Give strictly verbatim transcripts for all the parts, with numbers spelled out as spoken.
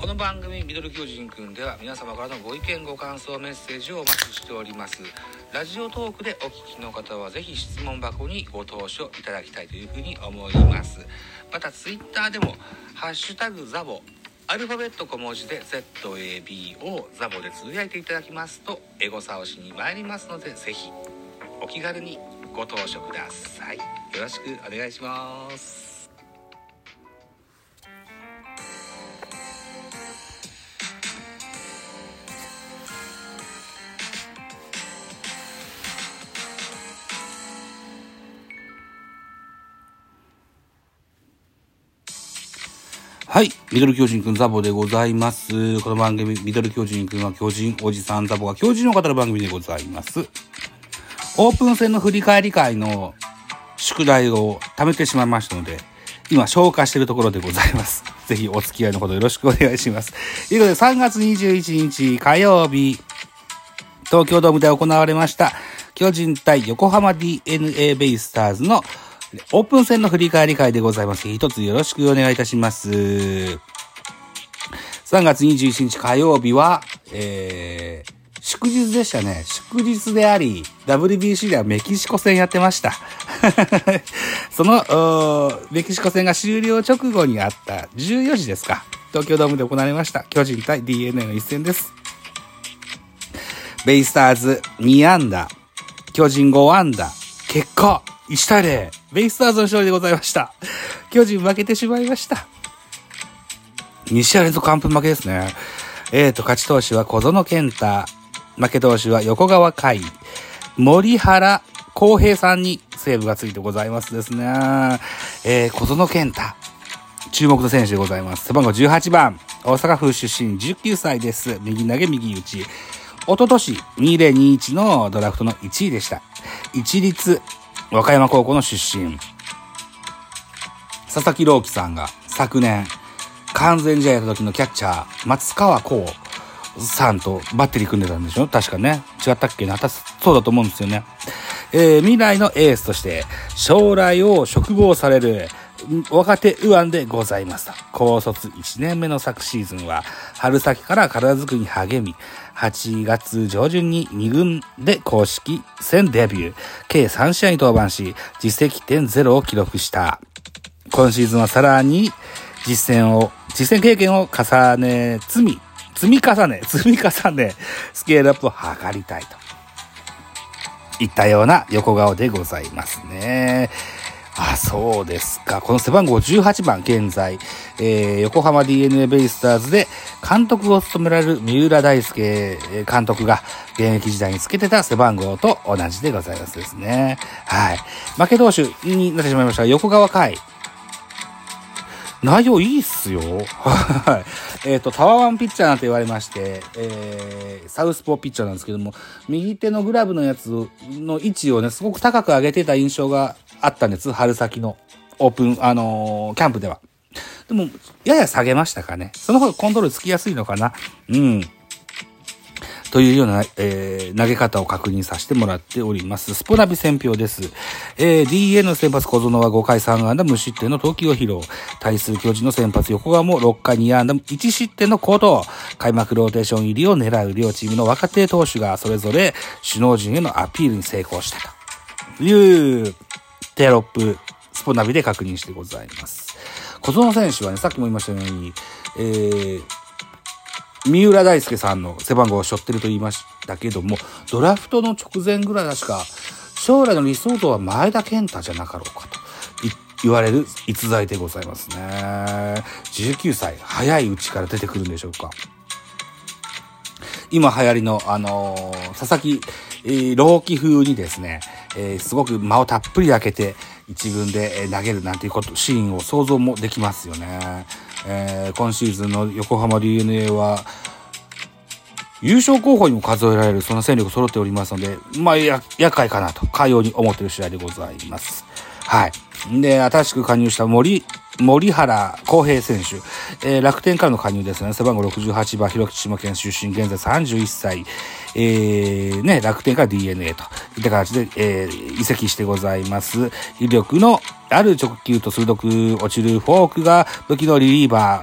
この番組ミドル巨人くんでは皆様からのご意見ご感想メッセージをお待ちしております。ラジオトークでお聞きの方はぜひ質問箱にご投書いただきたいというふうに思います。またツイッターでもハッシュタグザボアルファベット小文字で ゼットエービーオー ザボでつぶやいていただきますとエゴサをしに参りますので、ぜひお気軽にご投書ください。よろしくお願いします。はい、ミドル巨人くんザボでございます。この番組ミドル巨人くんは巨人おじさん、ザボが巨人を語る番組でございます。オープン戦の振り返り会の宿題を貯めてしまいましたので、今消化しているところでございます。ぜひお付き合いのほどよろしくお願いします。ということでさんがつにじゅういちにち火曜日、東京ドームで行われました巨人対横浜 ディーエヌエー ベイスターズのオープン戦の振り返り会でございます。一つよろしくお願いいたします。さんがつにじゅういちにち火曜日は、えー、祝日でしたね。祝日であり、ダブリュービーシー ではメキシコ戦やってました。その、メキシコ戦が終了直後にあったじゅうよじですか。東京ドームで行われました巨人対 ディーエヌエー の一戦です。ベイスターズにあんだ、巨人ごあんだ、結果、いちたいゼロ、ベイスターズの勝利でございました。巨人負けてしまいました。にしあい連続完封負けですね。えーと、勝ち投手は小園健太、負け投手は横川海、森原康平さんにセーブがついてございますですね。えー、小園健太、注目の選手でございます。背番号じゅうはちばん、大阪府出身、じゅうきゅうさいです。右投げ右打ち。おととしにせんにじゅういちのドラフトのいちいでした。一律和歌山高校の出身。佐々木朗希さんが昨年完全試合やった時のキャッチャー松川幸さんとバッテリー組んでたんでしょ、確かね。違ったっけな、そうだと思うんですよね。えー、未来のエースとして将来を嘱望される若手右腕でございますと。高卒いちねんめの昨シーズンは春先から体作りに励み、はちがつ上旬にに軍で公式戦デビュー、計さんしあいに登板し実績点ゼロを記録した。今シーズンはさらに実践を実践経験を重ね積み積み重ね積み重ねスケールアップを図りたいといったような横顔でございますね。あ、そうですか。この背番号じゅうはちばん、現在、えー、横浜 ディーエヌエー ベイスターズで監督を務められる三浦大輔監督が現役時代につけてた背番号と同じでございますですね。はい。負け投手になってしまいました横川海。内容いいっすよ。はい。えっと、タワーワンピッチャーなんて言われまして、えー、サウスポーピッチャーなんですけども、右手のグラブのやつの位置をね、すごく高く上げてた印象があったんです。春先のオープン、あのー、キャンプでは。でも、やや下げましたかね。その方がコントロールつきやすいのかな。うん。というような、えー、投げ方を確認させてもらっております。スポナビ選評です。えー、ディーエヌ の先発小園はごかいさんあんだ無失点の投球を披露。対する巨人の先発横川もろっかいにあんだいち失点の好投。開幕ローテーション入りを狙う両チームの若手投手がそれぞれ首脳陣へのアピールに成功したというテロップスポナビで確認してございます。小園選手はね、さっきも言いましたように、えー三浦大輔さんの背番号を背負ってると言いましたけども、ドラフトの直前ぐらい確か将来の理想像は前田健太じゃなかろうかと言われる逸材でございますね。じゅうきゅうさい、早いうちから出てくるんでしょうか。今流行りのあのー、佐々木、えー、朗希風にですね、えー、すごく間をたっぷり空けて一軍で投げるなんていうことシーンを想像もできますよね。えー、今シーズンの横浜 ディーエヌエー は優勝候補にも数えられるそんな戦力揃っておりますので、まあや厄介かなとかように思っている試合でございます。はい。で、新しく加入した森森原康平選手、えー、楽天からの加入ですね。背番号ろくじゅうはちばん、広島県出身、現在さんじゅういっさい、えー、ね、楽天から ディーエヌエー といった形で、えー、移籍してございます。威力のある直球と鋭く落ちるフォークが武器のリリーバー、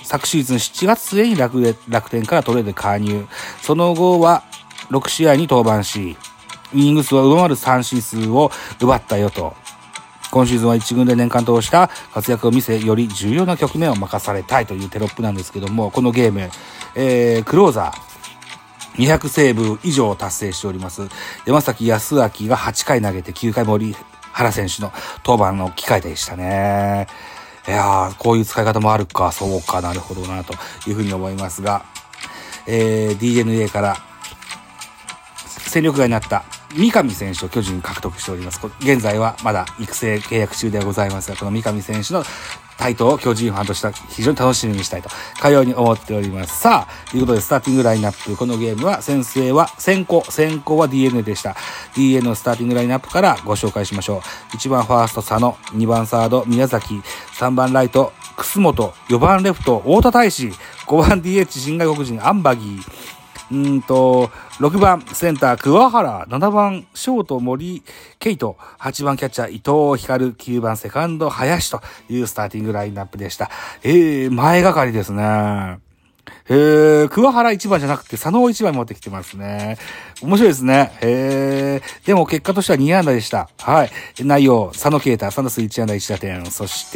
昨シーズンしちがつ末に 楽, 楽天からトレードで加入。その後はろく試合に登板し、イニング数は上回る三振数を奪ったよと。今シーズンは一軍で年間通した活躍を見せ、より重要な局面を任されたいというテロップなんですけども、このゲーム、えー、クローザーにひゃくセーブ以上達成しております。山崎康明がはちかい投げてきゅうかい森原選手の登板の機会でしたね。いやー、こういう使い方もあるか、そうか、なるほどな、というふうに思いますが、えー、ディーエヌエー から戦力外になった三上選手を巨人に獲得しております。現在はまだ育成契約中ではございますが、この三上選手の台頭を巨人ファンとしては非常に楽しみにしたいと、かように思っております。さあ、ということで、スターティングラインナップ。このゲームは、先制は、先行、先行は ディーエヌエー でした。ディーエヌエー のスターティングラインナップからご紹介しましょう。いちばんファースト、佐野。にばんサード、宮崎。さんばんライト、楠本。よばんレフト、太田大志。ごばん ディーエイチ、新外国人、アンバギー。うんと、ろくばんセンター、桑原。ななばんショート、森圭斗。はちばんキャッチャー、伊藤光。きゅうばんセカンド、林というスターティングラインナップでした。えー、前がかりですね。えー、桑原いちばんじゃなくて佐野をいちばんに持ってきてますね。面白いですね。えー、でも結果としてはにあんだでした。はい。内容、佐野啓太、さんだすいちあんだいちだてん。そして、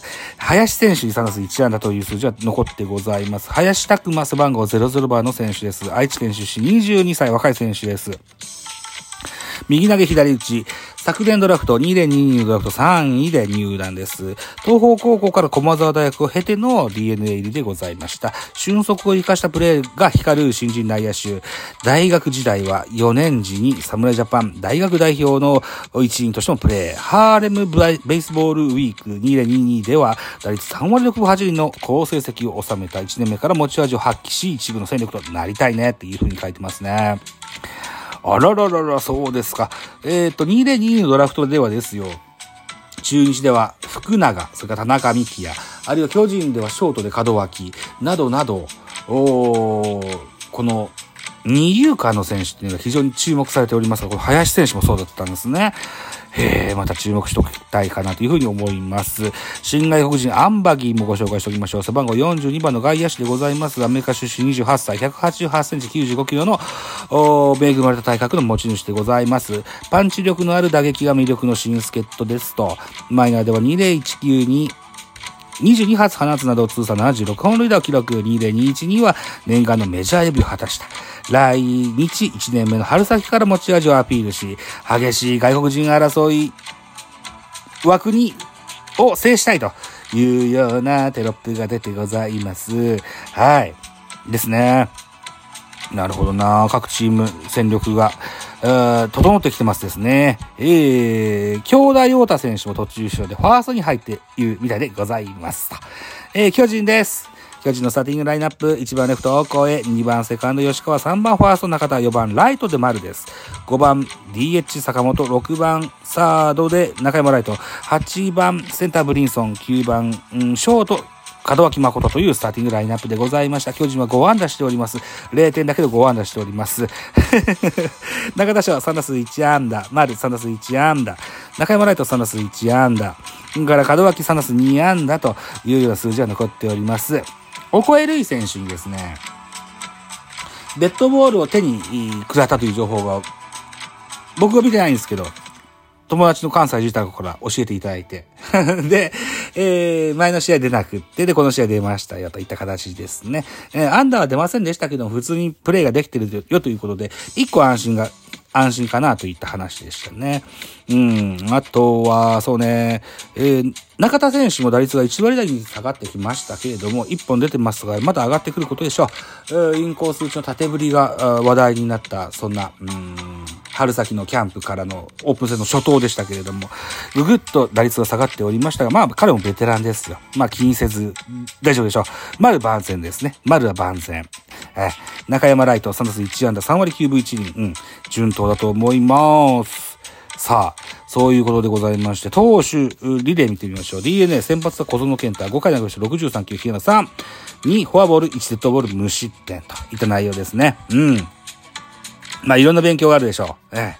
林選手にさんだすいちあんだという数字は残ってございます。林拓馬背番号ゼロゼロばんの選手です。愛知県出身にじゅうにさい若い選手です。右投げ左打ち。昨年ドラフトにせんにじゅうにねんドラフトさんいで入団です。東邦高校から駒澤大学を経ての ディーエヌエー 入りでございました。俊足を生かしたプレーが光る新人内野手。大学時代はよねん時に侍ジャパン大学代表の一員としてもプレー。ハーレムベースボールウィークにせんにじゅうにでは打率さんわりろくぶはちりんの好成績を収めたいちねんめから持ち味を発揮し、一部の戦力となりたいねっていう風に書いてますね。あらららら、そうですか。えっと、にせんにじゅうにのドラフトではですよ、中日では福永、それから田中幹也、あるいは巨人ではショートで門脇、などなど、おー、この二遊間の選手っていうのが非常に注目されておりますが、この林選手もそうだったんですね。へえ、また注目しておきたいかなというふうに思います。新外国人アンバギーもご紹介しておきましょう。背番号よんじゅうにばんの外野手でございます。アメリカ出身にじゅうはっさい、ひゃくはちじゅうはちセンチ、きゅうじゅうごキロの恵まれた体格の持ち主でございます。パンチ力のある打撃が魅力の新助っ人ですと、マイナーではにせんじゅうきゅうににじゅうにはつ放つなど通算ななじゅうろくほん塁打を記録。にせんにじゅういちには念願のメジャーデビューを果たした。来日いちねんめの春先から持ち味をアピールし、激しい外国人争い枠にを制したいというようなテロップが出てございます。はい。ですね。なるほどな。各チーム戦力が、整ってきてますですね。えー、京田陽太選手も途中出場でファーストに入っているみたいでございます。えー、巨人です。巨人のスターティングラインナップ、いちばんレフト大越、にばんセカンド吉川、さんばんファースト中田、よばんライトで丸です。ごばん ディーエイチ 坂本、ろくばんサードで中山ライト、はちばんセンターブリンソン、きゅうばん、うん、ショート門脇誠というスターティングラインナップでございました。巨人はごあんだしております。れいてんだけどごあんだしております。中田翔はさんだすいちあんだ、丸さんだすいちあんだ、中山ライトさんだすいちあんだ、から門脇さんだすにあんだというような数字が残っております。オコエルイ選手にですね、デッドボールを手に下ったという情報が、僕は見てないんですけど、友達の関西自宅から教えていただいて。で、えー、前の試合出なくって、で、この試合出ましたよといった形ですね。えー、アンダーは出ませんでしたけど、普通にプレーができてるよということで、一個安心が、安心かなといった話でしたね。うん。あとは、そうね、えー、中田選手も打率がいちわりだいに下がってきましたけれども、いっぽん出てますが、また上がってくることでしょう。えー、インコース打ちの縦振りが話題になった、そんな、うん、春先のキャンプからのオープン戦の初頭でしたけれども、ぐぐっと打率が下がっておりましたが、まあ彼もベテランですよ。まあ気にせず大丈夫でしょう。丸万全ですね。丸は万全。え中山ライトさんだすいちあんださんわりきゅうぶいちりん。うん。順当だと思います。さあ、そういうことでございまして、投手リレー見てみましょう。ディーエヌエー 先発は小園健太、ごかい投げましたろくじゅうさんきゅう、きゅうななさん。にフォアボール、いちデッドボール、無失点といった内容ですね。うん。まあいろんな勉強があるでしょう。ええ。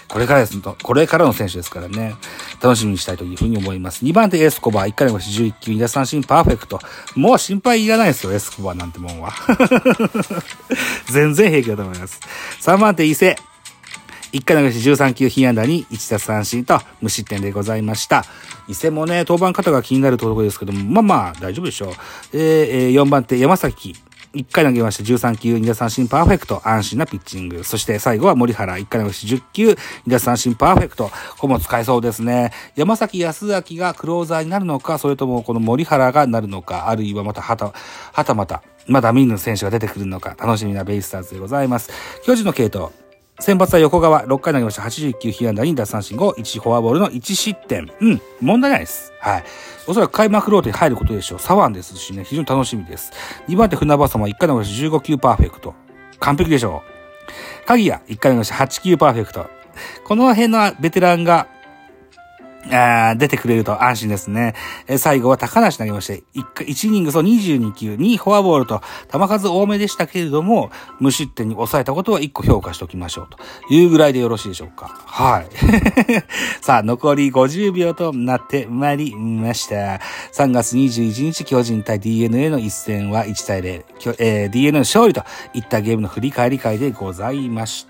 これからですと、これからの選手ですからね、楽しみにしたいというふうに思います。にばん手エスコバー、いっかいのごしじゅういっきゅう、に奪三振パーフェクト。もう心配いらないですよ、エスコバーなんてもんは。全然平気だと思います。さんばん手伊勢。いっかいのごしじゅうさんきゅう、被安打にいち奪三振と無失点でございました。伊勢もね、登板方が気になるところですけども、まあまあ大丈夫でしょう。えー、よんばん手山崎。いっかい投げましてじゅうさんきゅう、に奪三振パーフェクト、安心なピッチング。そして最後は森原、いっかい投げましてじゅっきゅう、に奪三振パーフェクト。ここも使えそうですね。山崎康明がクローザーになるのか、それともこの森原がなるのか、あるいはまたはた、はたまた、まだ見ぬ選手が出てくるのか、楽しみなベイスターズでございます。巨人の系統。先発は横川、ろっかい投げましたはちじゅういっきゅう、被安打に奪三振ご、いちフォアボールのいち失点。うん、問題ないです。はい。おそらく開幕ローテに入ることでしょう。左腕ですしね、非常に楽しみです。にばん手船場様、いっかい投げましたじゅうごきゅうパーフェクト。完璧でしょう。鍵谷、いっかい投げましたはちきゅうパーフェクト。この辺のベテランが、あ出てくれると安心ですね。え最後は高梨投げまして、いちイニングスをにじゅうにきゅう、にフォアボールと球数多めでしたけれども、無失点に抑えたことはいっこ評価しておきましょうというぐらいでよろしいでしょうか。はい。さあ、残りごじゅうびょうとなってまいりました。さんがつにじゅういちにち、巨人対 ディーエヌエー の一戦はいちたいゼロ、えー、ディーエヌエー の勝利といったゲームの振り返り会でございました。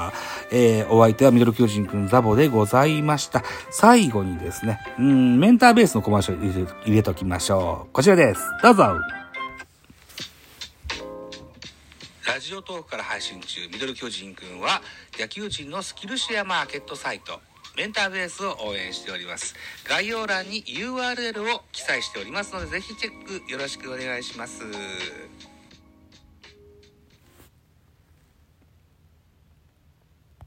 えー、お相手はミドル巨人くんザボでございました。最後にですね、うん、メンターベースのコマーシャル入れ、入れときましょう。こちらです。どうぞ。ラジオトークから配信中、ミドル巨人くんは野球人のスキルシェアマーケットサイト、メンターベースを応援しております。概要欄に ユーアールエル を記載しておりますので、ぜひチェックよろしくお願いします。